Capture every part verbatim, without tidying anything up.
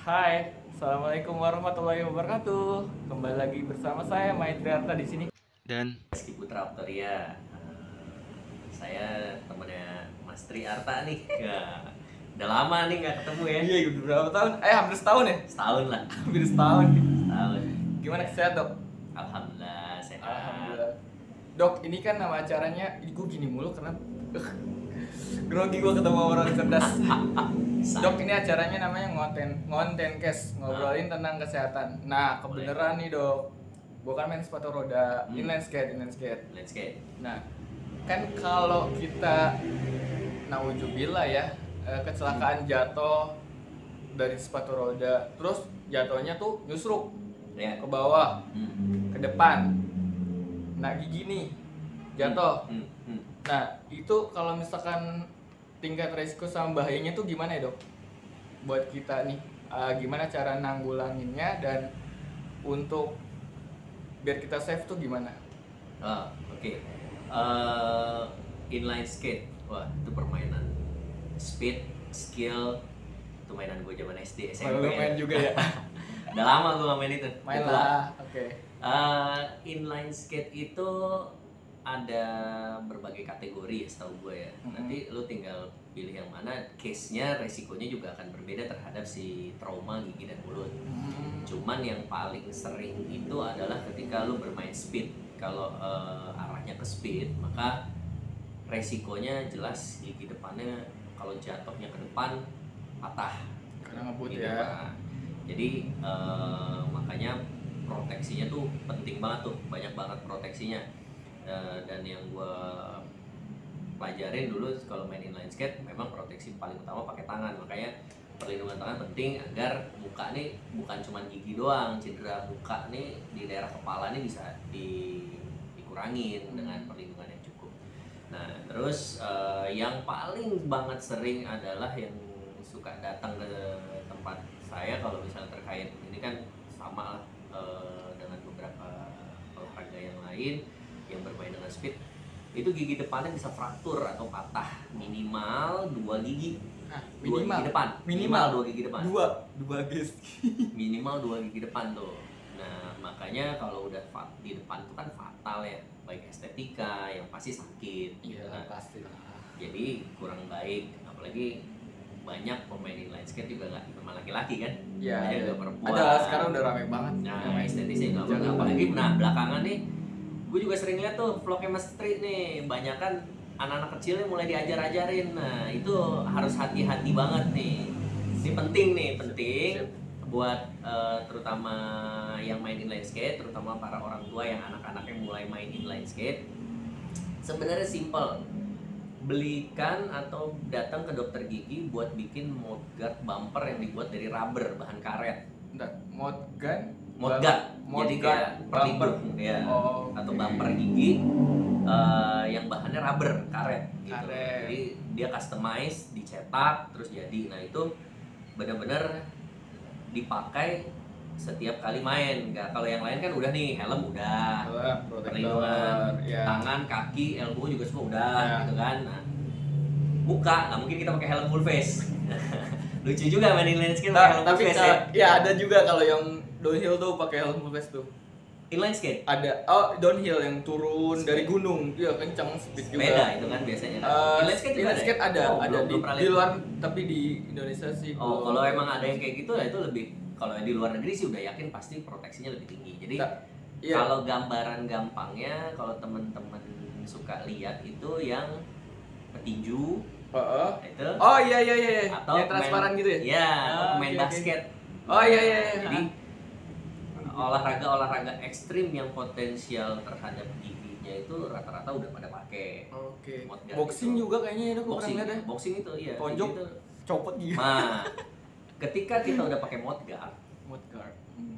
Hai, assalamualaikum warahmatullahi wabarakatuh. Kembali lagi bersama saya Maitri Arta di sini. Dan Rizky Putra Oktoria. Saya temennya Mas Tri Arta nih. Ya, udah lama nih nggak ketemu ya. Iya, udah berapa tahun? Eh, hampir setahun ya? Setahun lah. Hampir setahun. Setahun. Gimana sehat dok? Alhamdulillah sehat. Alhamdulillah. Dok, ini kan nama acaranya, gue gini mulu karena grogi gue ketemu orang cerdas. Dok, ini acaranya namanya ngonten ngonten kes, ngobrolin tentang kesehatan. Nah, kebenaran nih dok, gue kan main sepatu roda, Hmm. inline skate, inline skate. Let's get. Nah, kan kalau kita nauzubillah ya, eh, kecelakaan jatuh dari sepatu roda, terus jatuhnya tuh nyusruk Ya. ke bawah, Hmm. ke depan. Nah, gigi nih jatuh. Hmm. Hmm. Nah, itu kalau misalkan tingkat resiko sama bahayanya tuh gimana ya, Dok? Buat kita nih, eh, gimana cara nanggulanginnya dan untuk biar kita safe tuh gimana? Oh, oke. Eh, inline skate. Wah, itu permainan speed, skill. Itu mainan gue zaman S D, S M P. Kalau lu main juga ya? Udah lama gue gak main itu. Main Udah tua. lah, oke. Uh, inline skate itu ada berbagai kategori ya setahu gue ya. Mhm. Nanti lu tinggal pilih yang mana. Case-nya, resikonya juga akan berbeda terhadap si trauma gigi dan mulut. Hmm. Cuman yang paling sering itu adalah ketika lu bermain speed. Kalau uh, arahnya ke speed, maka resikonya jelas gigi depannya kalau jatuhnya ke depan patah. Karena ngebut Gitu, ya. Pak. Jadi uh, makanya proteksinya tuh penting banget tuh, banyak banget proteksinya. Uh, dan yang gue pelajarin dulu kalau main inline skate memang proteksi paling utama pakai tangan, makanya perlindungan tangan penting agar muka nih bukan cuma gigi doang, cedera muka nih di daerah kepala nih bisa di, dikurangin dengan perlindungan yang cukup. Nah terus uh, yang paling banget sering adalah yang suka datang ke tempat saya kalau misalnya terkait ini kan sama lah uh, dengan beberapa olahraga yang lain yang bermain dengan speed, itu gigi depannya bisa fraktur atau patah minimal dua gigi. Nah, Dua minimal gigi depan. minimal dua gigi depan. Dua, dua guys. Minimal dua gigi depan tuh. Nah, makanya kalau udah fat, di depan tuh kan fatal ya, baik estetika yang pasti sakit gitu kan. pasti lah. Jadi kurang baik, apalagi banyak pemain inline skate juga nggak cuma laki-laki kan. Iya. Banyak Ada, juga perempuan. ada sekarang udah rame banget. Nah, yang main. estetisnya nggak bagus. Jangan. Apalagi nah belakangan nih, gue juga sering lihat tuh vlognya Mas Tri nih, banyak kan anak-anak kecilnya mulai diajar-ajarin. Nah itu harus hati-hati banget nih. Ini penting nih, penting Sip. buat eh, terutama yang main inline skate, terutama para orang tua yang anak-anaknya mulai main inline skate. Sebenarnya simple, belikan atau datang ke dokter gigi buat bikin mudguard bumper yang dibuat dari rubber bahan karet. Bentar, mudguard, Mudguard, mudguard, jadi kayak bumper. pelindung ya, Oh, atau oke. bumper gigi eh, yang bahannya rubber karet gitu. Karet. Jadi dia customize, dicetak terus jadi. Nah itu benar-benar dipakai setiap kali main. Nggak, kalau yang lain kan udah nih helm udah, Helm, protector, perlindungan ya. tangan, kaki, elbow juga semua udah Ya. gitu kan. Nah muka nggak mungkin kita pakai helm full face. Lucu juga main inline skate pakai Nah, helm full tapi face ka- ya. ya ada juga kalau yang downhill tuh pakai helm full face tuh. Inline skate Ada oh downhill yang turun dari gunung, iya kencang speed juga. beda itu kan biasanya kan. Eh, Inline skate juga inline skate ada, Oh, ada belum- di, belum pernah di lihat. luar tapi di Indonesia sih. Oh, belum. kalau emang ada yang kayak gitu ya itu lebih, kalau yang di luar negeri sih udah yakin pasti proteksinya lebih tinggi. Jadi Nah, iya. kalau gambaran gampangnya, kalau temen-temen suka lihat itu yang petinju Heeh. itu, Oh iya iya iya, iya. atau yang transparan main- gitu ya? Iya, atau Ah, main oke, oke. basket. Oh iya iya iya. Jadi olahraga-olahraga ekstrim yang potensial terhadap giginya itu rata-rata udah pada pakai. Oke. Mudguard Boxing itu. juga kayaknya ya, gua pernah Boxing, lihat ya. boxing itu iya. Tonjok. Itu. Copot gitu. Nah, ketika kita udah pakai mudguard, Mudguard. Hmm.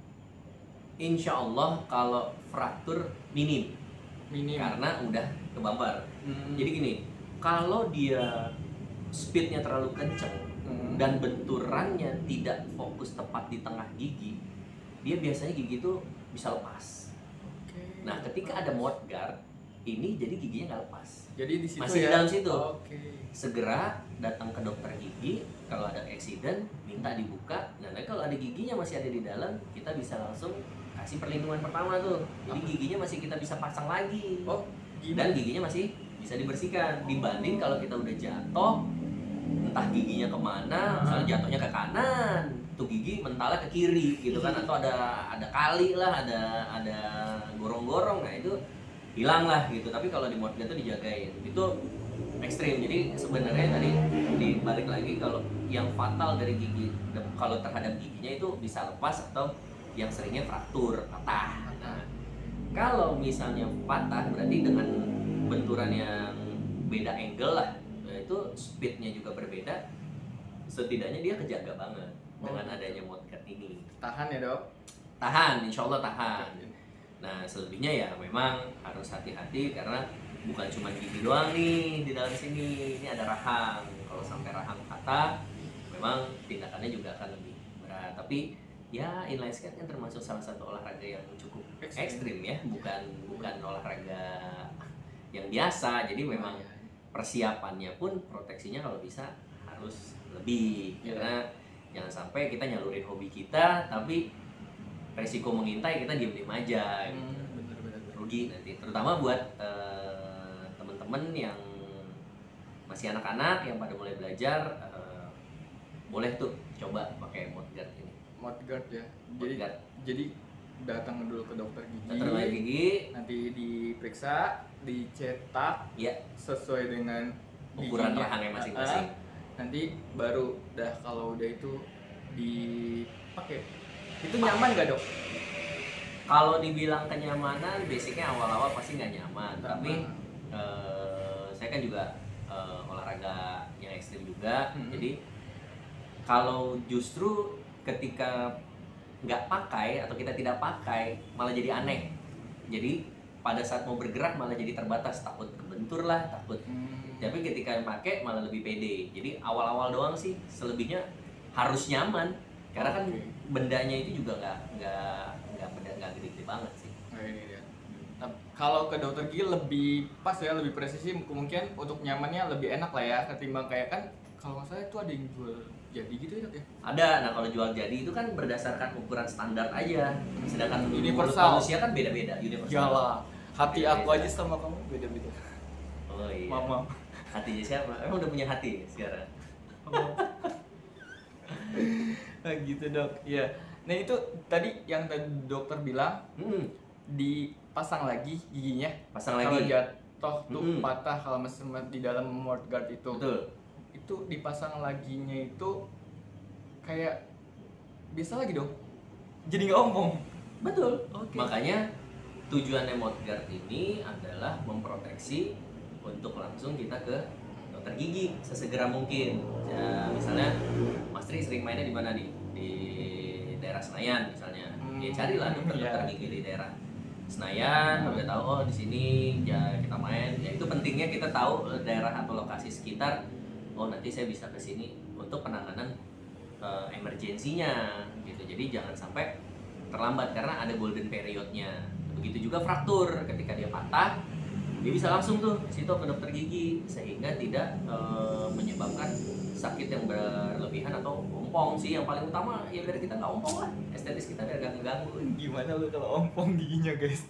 insya Allah kalau fraktur minim Minim. karena udah ke bumper. Hmm. Jadi gini, kalau dia speednya terlalu kenceng Hmm. dan benturannya tidak fokus tepat di tengah gigi, dia biasanya gigi itu bisa lepas. Oke. Nah, ketika ada mudguard, ini jadi giginya nggak lepas. Jadi di situ Masih di ya. dalam situ. Oke. Segera datang ke dokter gigi kalau ada accident, minta dibuka, dan kalau ada giginya masih ada di dalam, kita bisa langsung kasih perlindungan pertama tuh. Jadi giginya masih kita bisa pasang lagi. Oh, dan giginya masih bisa dibersihkan. Dibanding kalau kita udah jatuh, entah giginya kemana, misalnya jatuhnya ke kanan, tuh gigi mentalnya ke kiri gitu kan, atau ada ada kali lah, ada ada gorong-gorong, nah itu hilang lah gitu. Tapi kalau di mode itu dijagain, itu ekstrim. Jadi sebenarnya tadi dibalik lagi, kalau yang fatal dari gigi kalau terhadap giginya itu bisa lepas atau yang seringnya fraktur, patah. Nah, kalau misalnya patah berarti dengan benturan yang beda angle lah, itu speednya juga berbeda, setidaknya dia kejaga banget dengan adanya mode-guard ini. Tahan ya dok? Tahan, insya Allah tahan. Nah selebihnya ya memang harus hati-hati karena bukan cuma gigi doang nih di dalam sini, ini ada rahang. Kalau sampai rahang patah, memang tindakannya juga akan lebih berat. Tapi ya inline skate kan termasuk salah satu olahraga yang cukup ekstrim, ekstrim ya, bukan bukan olahraga yang biasa. Jadi memang persiapannya pun proteksinya kalau bisa harus lebih, yeah. Karena jangan sampai kita nyalurin hobi kita tapi resiko mengintai kita diem-diem aja gitu. Hmm, bener, bener, bener. Rugi nanti, terutama buat uh, temen-temen yang masih anak-anak yang pada mulai belajar, uh, boleh tuh coba pakai mode-guard ini. Mode-guard ya. Jadi mode-guard. jadi datang dulu ke dokter gigi. Dokter gigi nanti diperiksa, dicetak ya sesuai dengan ukuran rahangnya masing-masing. Uh, nanti baru dah kalau udah itu dipakai. Itu nyaman nggak dok? Kalau dibilang kenyamanan, basicnya awal-awal pasti nggak nyaman. Sama. Tapi uh, saya kan juga uh, olahraga yang ekstrim juga. Hmm. Jadi kalau justru ketika nggak pakai atau kita tidak pakai malah jadi aneh. Jadi pada saat mau bergerak malah jadi terbatas, takut kebentur lah, takut. Hmm. Tapi ketika pakai malah lebih pede. Jadi awal-awal doang sih, selebihnya harus nyaman. Karena kan okay. bendanya itu juga nggak nggak nggak benda nggak gede-gede banget sih. Nah, ini dia. Nah, kalau ke dokter gigi lebih pas ya, lebih presisi, mungkin untuk nyamannya lebih enak lah ya ketimbang kayak kan kalau nggak salah itu ada yang jual jadi gitu ya dok ya? Ada. Nah kalau jual jadi itu kan berdasarkan ukuran standar aja. Sedangkan universal manusia kan beda-beda. Universal. Yalah, hati beda-beda. Aku aja sama kamu beda-beda. Oh iya. Mama. Hatinya siapa? Emang udah punya hati sekarang? Nah gitu dok, ya. Nah itu tadi yang tadi dokter bilang, hmm. dipasang lagi giginya. Pasang lagi. Kalau jatuh tuh hmm. patah kalau masih di dalam mode-guard itu. Betul. Itu dipasang laginya itu kayak biasa lagi dong. Jadi nggak ompong. Betul. Okay. Makanya tujuannya mode-guard ini adalah memproteksi untuk langsung kita ke dokter gigi sesegera mungkin. Ya, misalnya Mas Tri sering mainnya di mana nih? Di daerah Senayan misalnya. Hmm, ya carilah dokter-dokter yeah. gigi di daerah Senayan, udah tahu oh di sini ya kita main. Ya itu pentingnya kita tahu daerah atau lokasi sekitar. Oh nanti saya bisa ke sini untuk penanganan uh, emergensinya gitu. Jadi jangan sampai terlambat karena ada golden periodnya. Begitu juga fraktur, ketika dia patah dia bisa langsung tuh situ ke dokter gigi sehingga tidak e, menyebabkan sakit yang berlebihan atau ompong sih. Yang paling utama ya biar kita nggak ompong lah, estetis kita biar nggak ngeganggu. Gimana lu kalau ompong giginya guys?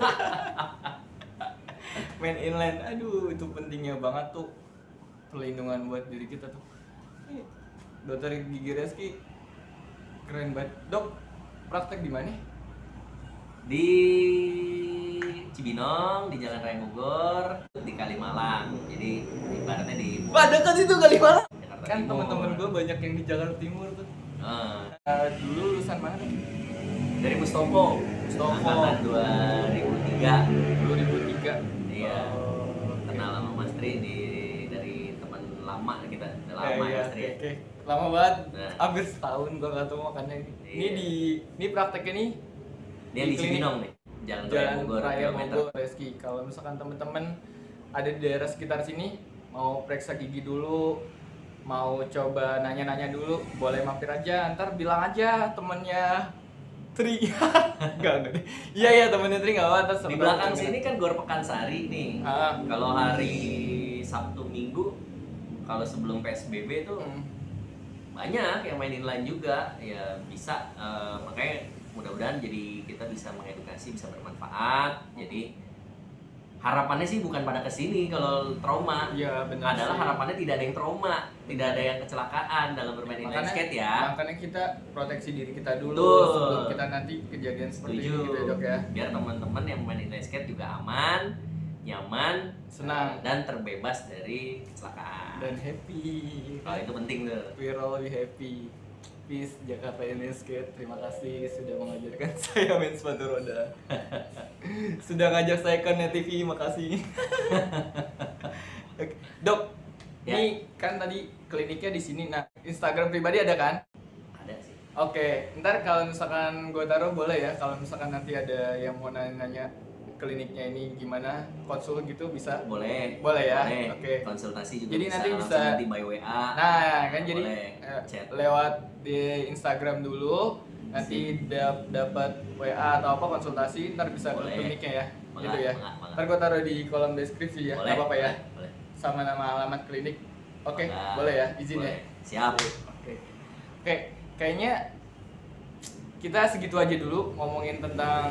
Main inline, aduh itu pentingnya banget tuh perlindungan buat diri kita tuh. Dokter gigi Reski keren banget. Dok, praktek di mana? Di Cibinong, di Jalan Raya Bogor, di Kalimalang. Jadi ibaratnya di Pada kan itu Kalimalang. Kan teman-teman gue banyak yang di Jakarta Timur tuh. Uh. Uh, dulu lulusan mana tuh? Dari Mustopo. Mustopo. Angkatan dua ribu tiga. dua ribu tiga. Iya. Oh, kenal sama Mas Tri di dari teman lama kita. Lama eh, ya, Mas Tri. Oke. Lama banget. Nah. Hampir setahun gue ketemu makanya ini. Iya. Ini di ini prakteknya nih. Dia di, di Cibinong nih. Jalan, Jalan Bogor, Raya Bogor, Reski. Kalau misalkan teman-teman ada di daerah sekitar sini mau periksa gigi dulu, mau coba nanya-nanya dulu, boleh mampir aja. Ntar bilang aja temennya Tri. Enggak, enggak. Iya ya temennya Tri nggak apa-apa. Di belakang sini kan Gor Pekansari nih. Ah. Kalau hari Sabtu Minggu, kalau sebelum P S B B tuh hmm. banyak yang main inline juga ya bisa. Uh, makanya mudah-mudahan jadi kita bisa mengedukasi, bisa bermanfaat. Jadi harapannya sih bukan pada kesini kalau trauma. Iya benar. Adalah sih. harapannya tidak ada yang trauma, tidak ada yang kecelakaan dalam bermain inline skate ya. Makanya kita proteksi diri kita dulu Betul. sebelum kita nanti kejadian seperti Setuju. ini gitu ya, Dok ya. Biar teman-teman yang main inline skate juga aman, nyaman, senang dan terbebas dari kecelakaan. Dan happy. Kalau itu penting tuh. We're all be happy. Peace Jakarta Inline Skate. Terima kasih sudah mengajarkan saya main sepatu roda. Sudah ngajak saya ke Net T V, makasih. Oke, Dok, Ya. ini kan tadi kliniknya di sini. Nah, Instagram pribadi ada kan? Ada sih. Oke, ntar kalau misalkan gue taruh boleh ya. Kalau misalkan nanti ada yang mau nanya-nanya kliniknya ini gimana, konsul gitu bisa. Boleh. Boleh ya. Boleh. Oke. Konsultasi juga Jadi bisa. nanti langsung bisa- nanti by W A. Nah, kan jadi Boleh. eh, Chat. lewat di Instagram dulu, nanti dap dapat W A atau apa konsultasi, ntar bisa ke Boleh. kliniknya ya. Mangga, Gitu ya. mangga, mangga. Ntar gue taruh di kolom deskripsi ya. Boleh. Nggak apa-apa ya. Boleh. boleh. Sama nama alamat klinik. Oke, Mangga. boleh ya, izin Boleh. ya. Siap. Oke. Oke, kayaknya kita segitu aja dulu ngomongin tentang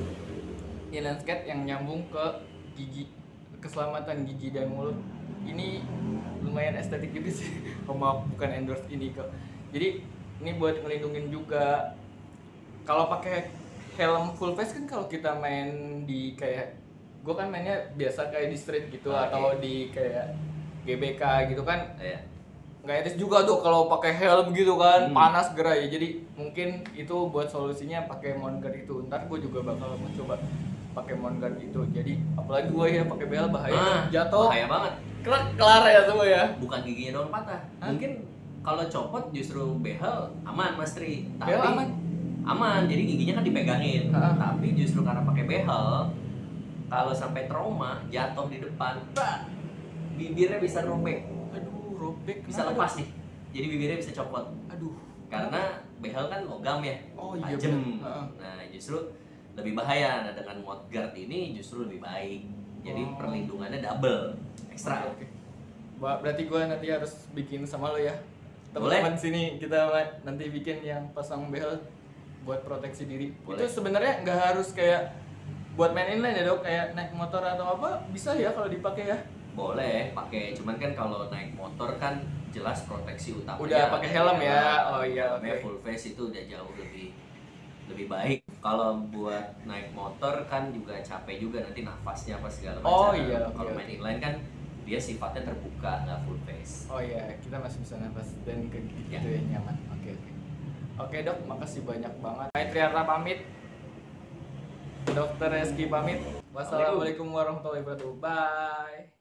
inline skate yang nyambung ke gigi, keselamatan gigi dan mulut. Ini lumayan estetik gitu sih. Oh, maaf, bukan endorse ini kok. Jadi ini buat ngelindungin juga. Kalau pakai helm full face kan kalau kita main di kayak gue kan mainnya biasa kayak di street gitu Oke. atau di kayak G B K gitu kan, Iya. nggak etis juga tuh kalau pakai helm gitu kan, Hmm. panas gerai. Jadi mungkin itu buat solusinya pakai mount guard itu. Ntar gue juga bakal mencoba pakai mount guard itu. Jadi apalagi gue ya pakai behel bahaya Ah, tuh, jatuh Bahaya banget. kelar kelar ya semua ya. Bukan giginya doang patah. Hah? Mungkin kalau copot justru behel aman Mas Tri. Tapi Behel aman? Aman. Jadi giginya kan dipegangin. Ah. Tapi justru karena pakai behel, kalau sampai trauma jatuh di depan, bah, bibirnya bisa robek, Aduh, robek. bisa Kenapa, lepas Dok? nih. Jadi bibirnya bisa copot. Aduh. Karena behel kan logam ya, Oh iya tajam. bener. Heeh. Nah justru lebih bahaya. Nah dengan mouthguard ini justru lebih baik. Jadi Oh. perlindungannya double, ekstra. Oke, oke. Ba- Berarti gue nanti harus bikin sama lo ya. Boleh. Teman-teman sini kita ma- nanti bikin yang pasang behel buat proteksi diri. Boleh. Itu sebenarnya nggak harus kayak buat main inline ya, Dok, kayak naik motor atau apa bisa ya kalau dipakai ya. Boleh pakai, cuman kan kalau naik motor kan jelas proteksi utamanya. Udah pakai helm ya? Oh iya, Helmnya oke. full face itu udah jauh lebih lebih baik. Kalau buat naik motor kan juga capek juga nanti nafasnya apa segala macam. Oh iya, oke, Kalau oke. main inline kan dia sifatnya terbuka, nggak full face. Oh iya, kita masih bisa nafas dan ke gitu Ya. ya, nyaman. Oke, oke. Oke, Dok, makasih banyak banget. Saya Triarta pamit. Dokter Reski pamit. Wassalamualaikum warahmatullahi wabarakatuh. Bye.